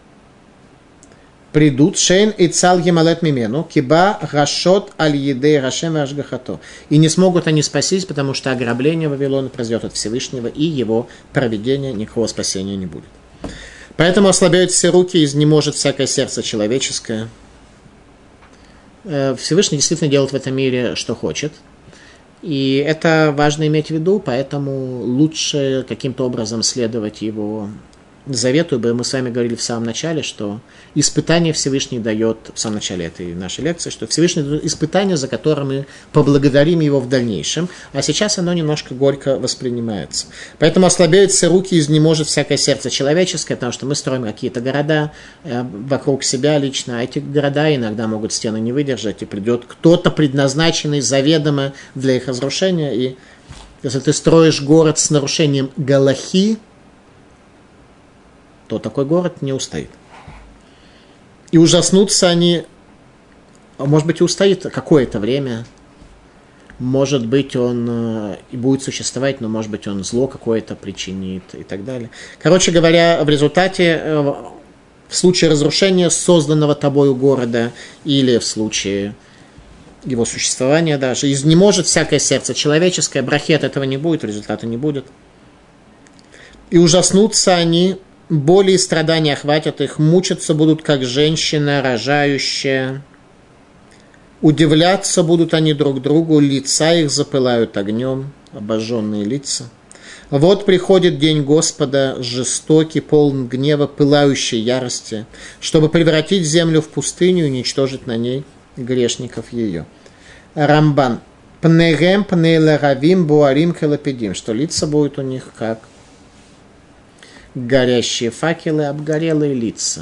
придут, шейн и цал гемалет мимену, киба рашот аль едей рашем ашгахато. И не смогут они спастись, потому что ограбление Вавилона произойдет от Всевышнего, и его проведения никакого спасения не будет. Поэтому ослабеют все руки, изнеможет всякое сердце человеческое. Всевышний действительно делает в этом мире, что хочет. И это важно иметь в виду, поэтому лучше каким-то образом следовать его завету, ибо мы с вами говорили в самом начале, что испытание Всевышний дает, в самом начале этой нашей лекции, что Всевышний дает испытание, за которое мы поблагодарим его в дальнейшем, а сейчас оно немножко горько воспринимается. Поэтому ослабеют все руки, изнеможет всякое сердце человеческое, потому что мы строим какие-то города вокруг себя лично, а эти города иногда могут стены не выдержать, и придет кто-то предназначенный заведомо для их разрушения, и если ты строишь город с нарушением галахи, то такой город не устоит. И ужаснутся они, может быть, и устоит какое-то время, может быть, он и будет существовать, но, может быть, он зло какое-то причинит и так далее. Короче говоря, в результате, в случае разрушения созданного тобою города или в случае его существования даже, изнеможет всякое сердце человеческое, брахи от этого не будет, результата не будет. И ужаснутся они, боли и страдания охватят их, мучиться будут, как женщина, рожающая. Удивляться будут они друг другу, лица их запылают огнем, обожженные лица. Вот приходит день Господа, жестокий, полн гнева, пылающей ярости, чтобы превратить землю в пустыню и уничтожить на ней грешников ее. Рамбан. Пнегем пнейларавим буарим хелапидим, что лица будут у них как горящие факелы, обгорелые лица.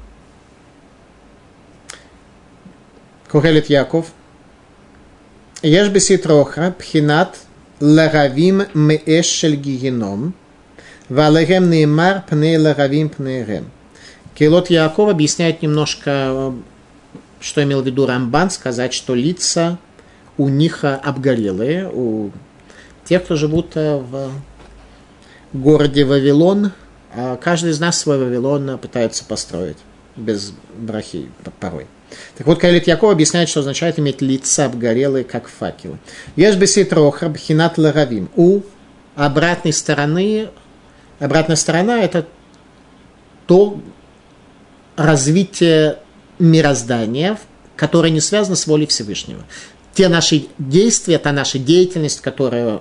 Кухелит Яков. Еш беситроха пхинат ларавим меэш шель гигеном валерем неймар пней ларавим пнейрем. Килот Яков объясняет немножко, что имел в виду Рамбан, сказать, что лица у них обгорелые, у тех, кто живут в городе Вавилон. Каждый из нас свой Вавилон пытается построить, без брахи порой. Так вот, Каэлит Яков объясняет, что означает иметь лица обгорелые, как факелы. Еш бесит рохар бхинат ларавим. У обратной стороны, обратная сторона – это то развитие мироздания, которое не связано с волей Всевышнего. Те наши действия, та наша деятельность, которой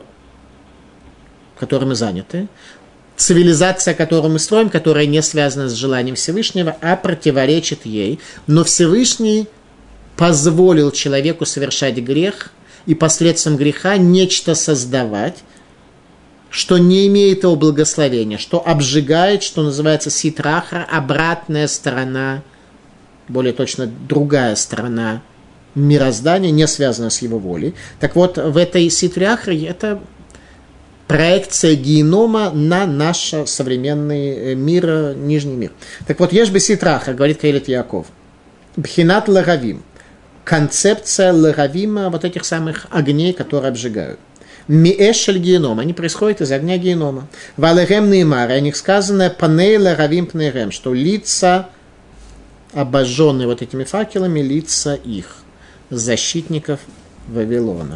мы заняты, цивилизация, которую мы строим, которая не связана с желанием Всевышнего, а противоречит ей. Но Всевышний позволил человеку совершать грех и последствием греха нечто создавать, что не имеет его благословения, что обжигает, что называется ситрахра, обратная сторона, более точно другая сторона мироздания, не связанная с его волей. Так вот, в этой ситрахре это проекция генома на наш современный мир, нижний мир. Так вот, ешь бы ситрахра, говорит Каэлит Яаков, бхинат лагавим, концепция лагавима, вот этих самых огней, которые обжигают. Миэшель геном, они происходят из огня генома. Валерем неймар, о них сказано паней лагавим пнейрем, что лица, обожженные вот этими факелами, лица их, защитников Вавилона.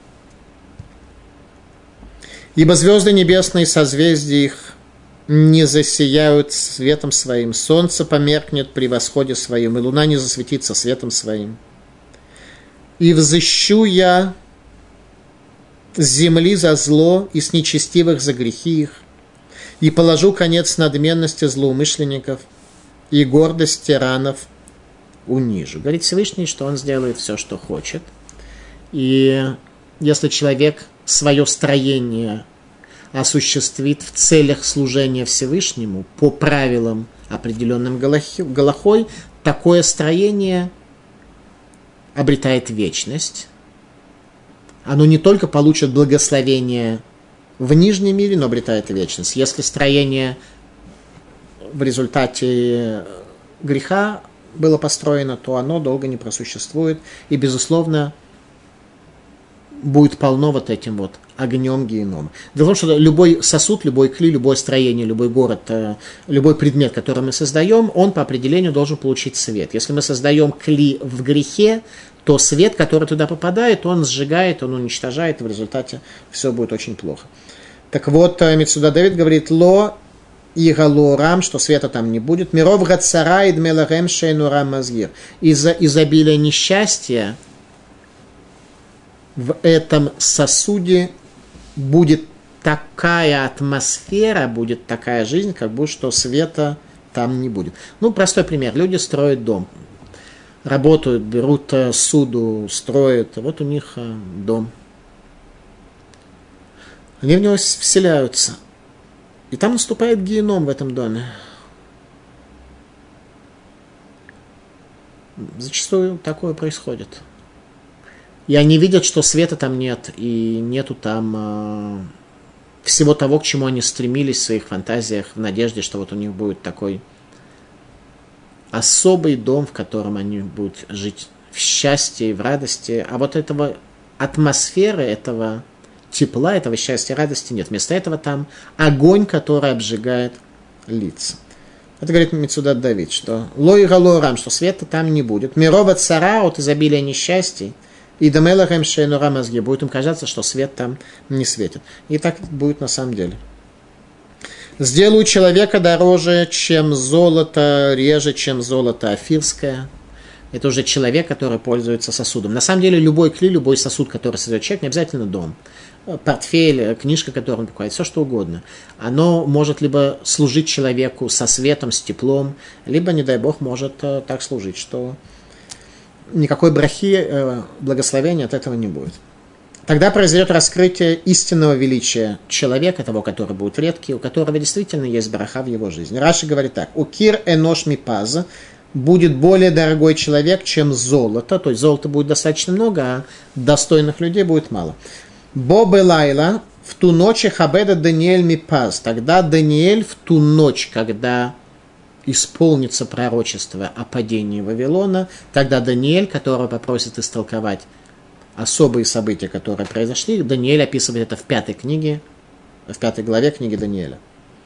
Ибо звезды небесные, созвездия их не засияют светом своим, солнце померкнет при восходе своем, и луна не засветится светом своим. И взыщу я с земли за зло и с нечестивых за грехи их, и положу конец надменности злоумышленников, и гордость тиранов унижу. Говорит Всевышний, что он сделает все, что хочет. И если человек свое строение осуществит в целях служения Всевышнему по правилам, определенным Галахой, такое строение обретает вечность. Оно не только получит благословение в нижнем мире, но обретает вечность. Если строение в результате греха было построено, то оно долго не просуществует и, безусловно, будет полно вот этим вот огнем генома. Дело в том, что любой сосуд, любой кли, любое строение, любой город, любой предмет, который мы создаем, он по определению должен получить свет. Если мы создаем кли в грехе, то свет, который туда попадает, он сжигает, он уничтожает, и в результате все будет очень плохо. Так вот, Мецуда Давид говорит, ло и галурам, что света там не будет. Миров гацара и дмеларем шейнурам мазгир. Из-за изобилия несчастья в этом сосуде будет такая атмосфера, будет такая жизнь, как будто что света там не будет. Ну, простой пример. Люди строят дом. Работают, берут суду, строят. Вот у них дом. Они в него вселяются. И там наступает геном в этом доме. Зачастую такое происходит. И они видят, что света там нет, и нету там всего того, к чему они стремились в своих фантазиях, в надежде, что вот у них будет такой особый дом, в котором они будут жить в счастье и в радости. А вот этого атмосферы, этого тепла, этого счастья и радости нет. Вместо этого там огонь, который обжигает лица. Это говорит Мецуда Давид, что лой галорам, что света там не будет. Мирова цара от изобилия несчастий. И дамелахем шейнура мозги. Будет им казаться, что свет там не светит. И так будет на самом деле. Сделаю человека дороже, чем золото, реже, чем золото афирское. Это уже человек, который пользуется сосудом. На самом деле, любой кли, любой сосуд, который создает человек, не обязательно дом. Портфель, книжка, которую он покупает, все что угодно. Оно может либо служить человеку со светом, с теплом, либо, не дай бог, может так служить, что никакой брахи, благословения от этого не будет. Тогда произойдет раскрытие истинного величия человека, того, который будет редкий, у которого действительно есть браха в его жизни. Раши говорит так: «Укир энош мипаз» будет более дорогой человек, чем золото, то есть золота будет достаточно много, а достойных людей будет мало. «Бобе лайла» в ту ночь хабеда Даниэль мипаз, тогда Даниэль в ту ночь, когда исполнится пророчество о падении Вавилона, тогда Даниэль, которого попросят истолковать особые события, которые произошли, Даниэль описывает это в 5 книге, в 5 главе книги Даниэля.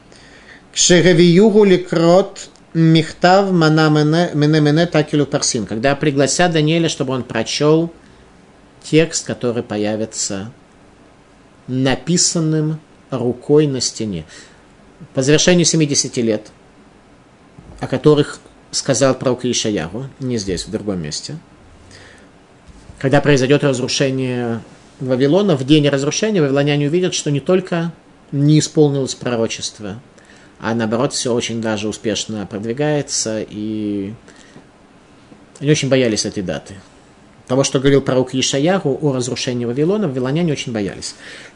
«Кшеревиюгу ликрот михтав мене такилу парсин», когда пригласят Даниэля, чтобы он прочел текст, который появится написанным рукой на стене. По завершению 70 лет, о которых сказал пророк Ишаяху, не здесь, в другом месте, когда произойдет разрушение Вавилона, в день разрушения вавилоняне увидят, что не только не исполнилось пророчество, а наоборот все очень даже успешно продвигается, и они очень боялись этой даты. того, что говорил пророк Ишаяху о разрушении Вавилона, вавилоняне очень боялись.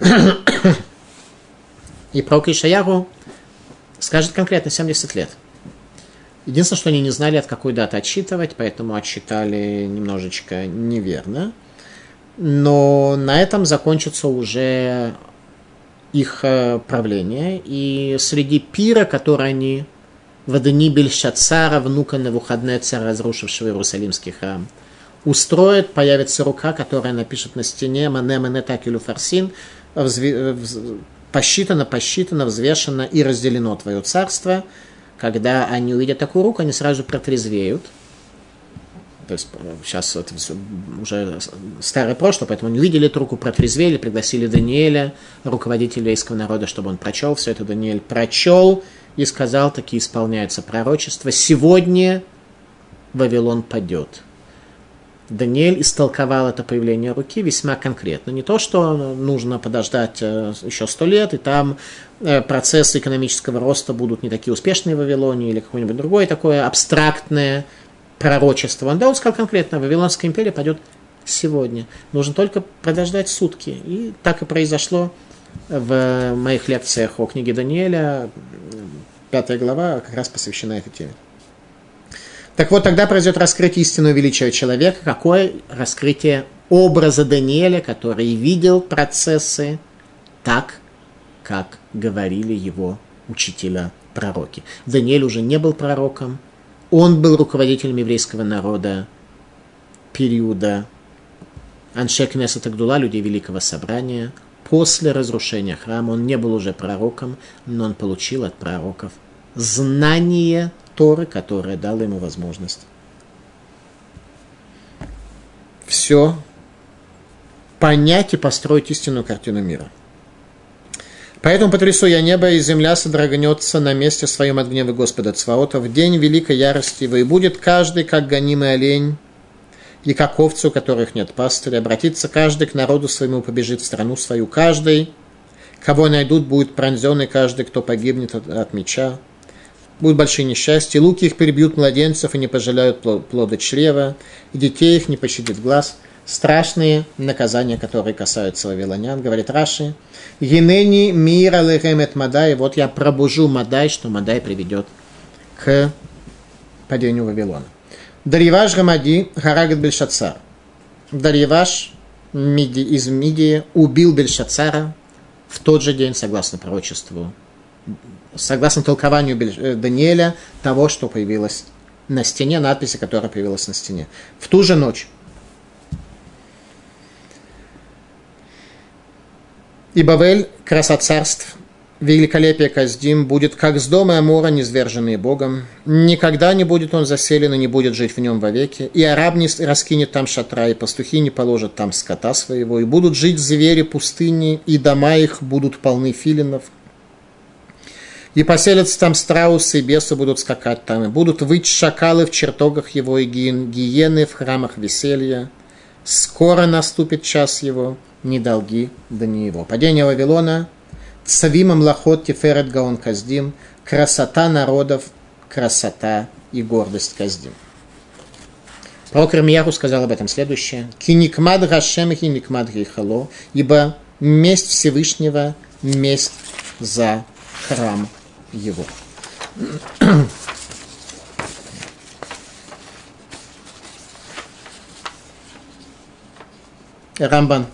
И пророк Ишаяху скажет конкретно 70 лет. Единственное, что они не знали, от какой даты отсчитывать, поэтому отсчитали немножечко неверно. Но на этом закончится уже их правление. И среди пира, который они в дни Бельшацара, внука Навуходнецара, разрушившего Иерусалимский храм, устроят, появится рука, которая напишет на стене «Мане мене такилю фарсин», посчитано, взвешено и разделено твое царство. Когда они увидят такую руку, они сразу протрезвеют. То есть сейчас это уже старое прошлое, поэтому они увидели эту руку, протрезвели, пригласили Даниэля, руководителя еврейского народа, чтобы он прочел все это. Даниэль прочел и сказал, таки исполняется пророчество: сегодня Вавилон падет. Даниэль истолковал это появление руки весьма конкретно. Не то, что нужно подождать еще 100 лет, и там процессы экономического роста будут не такие успешные в Вавилоне, или какое-нибудь другое такое абстрактное пророчество. Он сказал конкретно: Вавилонская империя падет сегодня. Нужно только подождать сутки. И так и произошло в моих лекциях о книге Даниэля. 5 глава как раз посвящена этой теме. Так вот, тогда произойдет раскрытие истинного величия человека. Какое раскрытие образа Даниэля, который видел процессы так, как говорили его учителя-пророки. Даниэль уже не был пророком. Он был руководителем еврейского народа периода Аншей Кнесет Агдула, людей Великого Собрания. После разрушения храма он не был уже пророком, но он получил от пророков знание Торы, которая дала ему возможность все понять и построить истинную картину мира. Поэтому потрясу я небо, и земля содрогнется на месте своем от гнева Господа Цваота в день великой ярости его, и будет каждый, как гонимый олень, и как овцы, у которых нет пастыря. Обратится каждый к народу своему, побежит в страну свою. Каждый, кого найдут, будет пронзен, и каждый, кто погибнет от меча. Будут большие несчастья, луки их перебьют младенцев и не пожалеют плода чрева, и детей их не пощадит глаз. Страшные наказания, которые касаются вавилонян, говорит Раши. Гинени мир алехем эт Мадай, вот я пробужу Мадай, что Мадай приведет к падению Вавилона. Дарьяваш Гамади Харагат Бельшацар. Дарьяваш из Мидии убил Бельшацара в тот же день, согласно пророчеству, согласно толкованию Даниэля, того, что появилось на стене, надписи, которая появилась на стене. В ту же ночь. И Бавель, краса царств, великолепие Каздим, будет как с дома Амора, низверженные Богом. Никогда не будет он заселен и не будет жить в нем вовеки. И араб не раскинет там шатра, и пастухи не положат там скота своего. И будут жить звери пустыни, и дома их будут полны филинов. И поселятся там страусы, и бесы будут скакать там. И будут выть шакалы в чертогах его, и гиены в храмах веселья. Скоро наступит час его, ни долги, да не его. Падение Вавилона, цавима млахот тиферет гаон Каздим, красота народов, красота и гордость Каздим. Пророк Ирмияху сказал об этом следующее. Киникмад гашем киникмад гейхало, ибо месть Всевышнего, месть за храм его. Рамбан.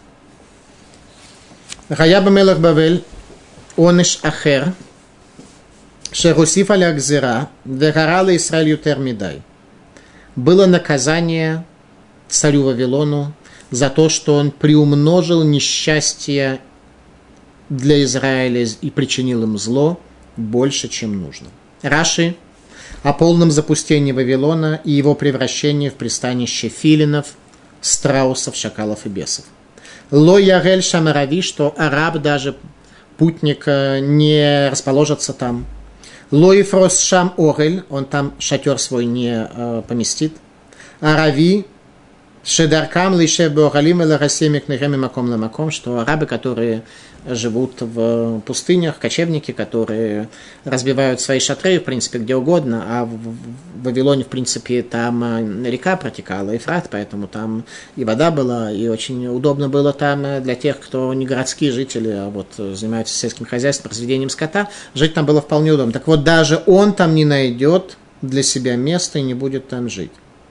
Хаяба мелах Бавель, ониш ахер, шерусиф аля гзира, вегарала Исраэль ютер мидай. Было наказание царю Вавилону за то, что он приумножил несчастье для Израиля и причинил им зло больше, чем нужно. Раши о полном запустении Вавилона и его превращении в пристанище филинов, страусов, шакалов и бесов. Ло ягель шамарави, что араб, даже путник, не расположится там. Ло ифрос шам огель, он там шатер свой не поместит. Арави, Шедаркам лишев богалим и лагасеми кнехеми маком ламаком, что арабы, которые живут в пустынях, кочевники, которые разбивают свои шатры, в принципе, где угодно, а в Вавилоне, в принципе, там река протекала, Ефрат, поэтому там и вода была, и очень удобно было там для тех, кто не городские жители, а вот занимаются сельским хозяйством, разведением скота, жить там было вполне удобно. Так вот, даже он там не найдет для себя места и не будет там жить.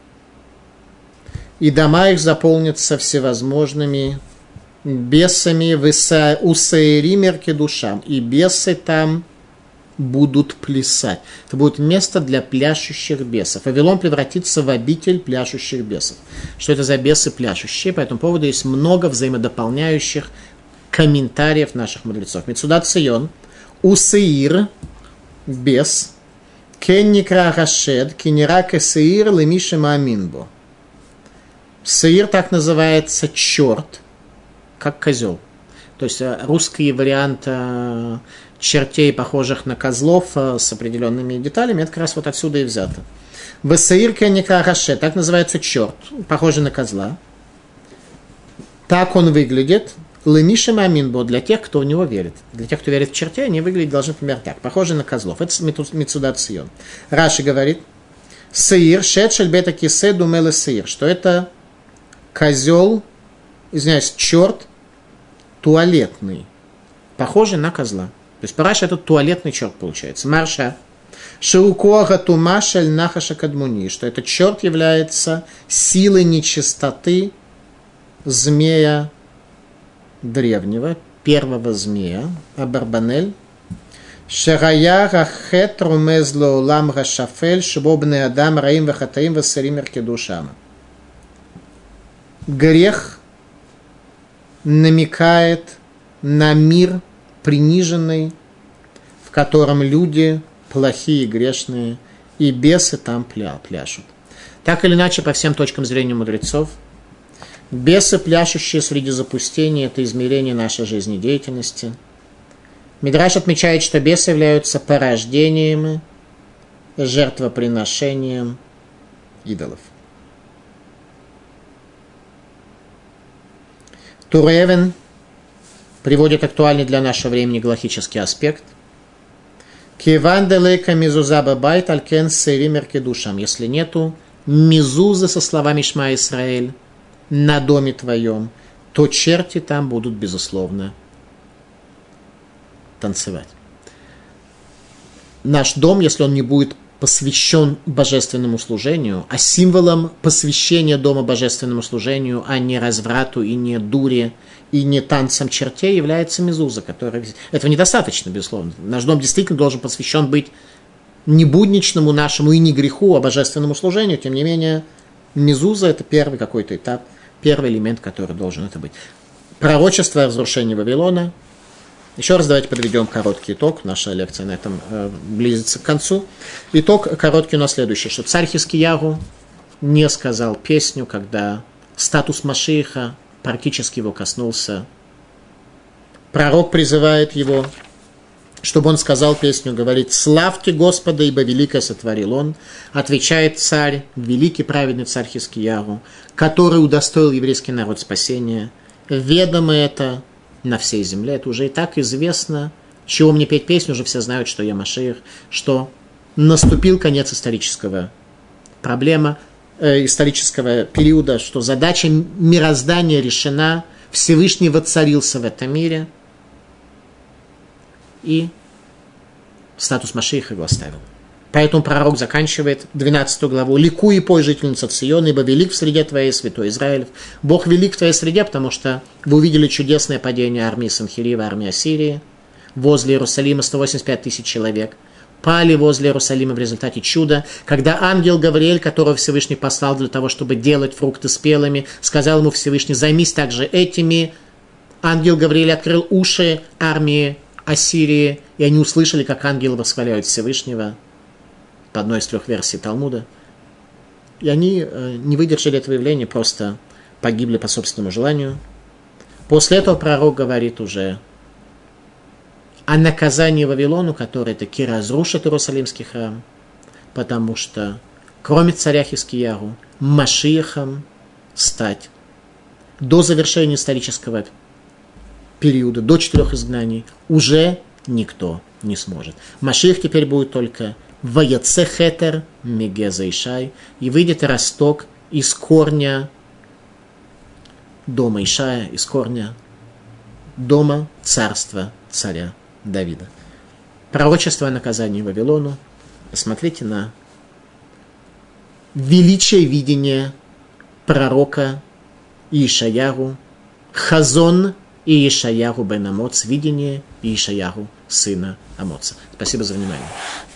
И дома их заполнятся всевозможными бесами, усаиримерки душам. И бесы там будут плясать. Это будет место для пляшущих бесов. Вавилон превратится в обитель пляшущих бесов. Что это за бесы пляшущие? По этому поводу есть много взаимодополняющих комментариев наших мудрецов. Мецудат Цион, усаир, бес, кенникра рашед, кеннира кесаир, лемиша мааминбо. Саир так называется черт, как козел. То есть русский вариант чертей, похожих на козлов с определенными деталями, это как раз вот отсюда и взято. Саир кенника раше, так называется черт, похожий на козла. Так он выглядит. Лемиша маминбо, для тех, кто в него верит. Для тех, кто верит в чертей, они выглядят должны, например, так, похожи на козлов. Это Мецудат Цион. Раши говорит, Саир, шедшель бета кисе думеле саир, что это козел, извиняюсь, черт туалетный, похожий на козла. То есть параша это туалетный черт получается. Марша шеукоага тумашель нахаша кадмуни, что этот черт является силой нечистоты змея древнего, первого змея, Абарбанель. Шерая рахет румезло улам рашафель шибобный адам раим вахатаим васаример кедушама. Грех намекает на мир приниженный, в котором люди плохие, грешные, и бесы там пляшут. Так или иначе, по всем точкам зрения мудрецов, бесы, пляшущие среди запустения, это измерение нашей жизнедеятельности. Мидраш отмечает, что бесы являются порождением, жертвоприношением идолов. Туревен приводит актуальный для нашего времени галахический аспект. Киван делейка мизуза байт алькен сейример кедушам. Если нету мизузы со словами Шма Исраэль на доме твоем, то черти там будут, безусловно, танцевать. Наш дом, если он не будет посвящен божественному служению, а символом посвящения дома божественному служению, а не разврату и не дуре, и не танцам чертей, является мезуза, которая... Этого недостаточно, безусловно. Наш дом действительно должен посвящен быть не будничному нашему и не греху, а божественному служению. Тем не менее, мезуза – это первый какой-то этап, первый элемент, который должен это быть. Пророчество о разрушении Вавилона. Еще раз давайте подведем короткий итог. Наша лекция на этом близится к концу. Итог короткий у нас следующий, что царь Хискиягу не сказал песню, когда статус Машииха практически его коснулся. Пророк призывает его, чтобы он сказал песню, говорит: «Славьте Господа, ибо великое сотворил он». Отвечает царь, великий праведный царь Хискиягу, который удостоил еврейский народ спасения. Ведомо это на всей земле, это уже и так известно. Чего мне петь песню, уже все знают, что я Машиах, что наступил конец исторического исторического периода, что задача мироздания решена, Всевышний воцарился в этом мире, и статус Машиаха его оставил. Поэтому пророк заканчивает 12 главу: «Ликуй и пой, жительница Циона, ибо велик в среде твоей, святой Израилев». Бог велик в твоей среде, потому что вы увидели чудесное падение армии Санхирива, армии Ассирии. Возле Иерусалима 185 тысяч человек пали возле Иерусалима в результате чуда, когда ангел Гавриэль, которого Всевышний послал для того, чтобы делать фрукты спелыми, сказал ему Всевышний: «Займись также этими». Ангел Гавриэль открыл уши армии Ассирии, и они услышали, как ангелы восхваляют Всевышнего, по одной из 3 версий Талмуда. И они не выдержали этого явления, просто погибли по собственному желанию. После этого пророк говорит уже о наказании Вавилону, который таки разрушит Иерусалимский храм, потому что кроме царя Хискиягу, Машиахом встать до завершения исторического периода, до 4 изгнаний, уже никто не сможет. Машиах теперь будет только «Ваяце хетер мегеза Ишай», и выйдет росток из корня дома Ишая, из корня дома царства царя Давида. Пророчество о наказании Вавилону. Посмотрите на величие видения пророка Иешаяху, Хазон Иешаяху бен Амоц, видение Иешаяху, сына Амоца. Спасибо за внимание.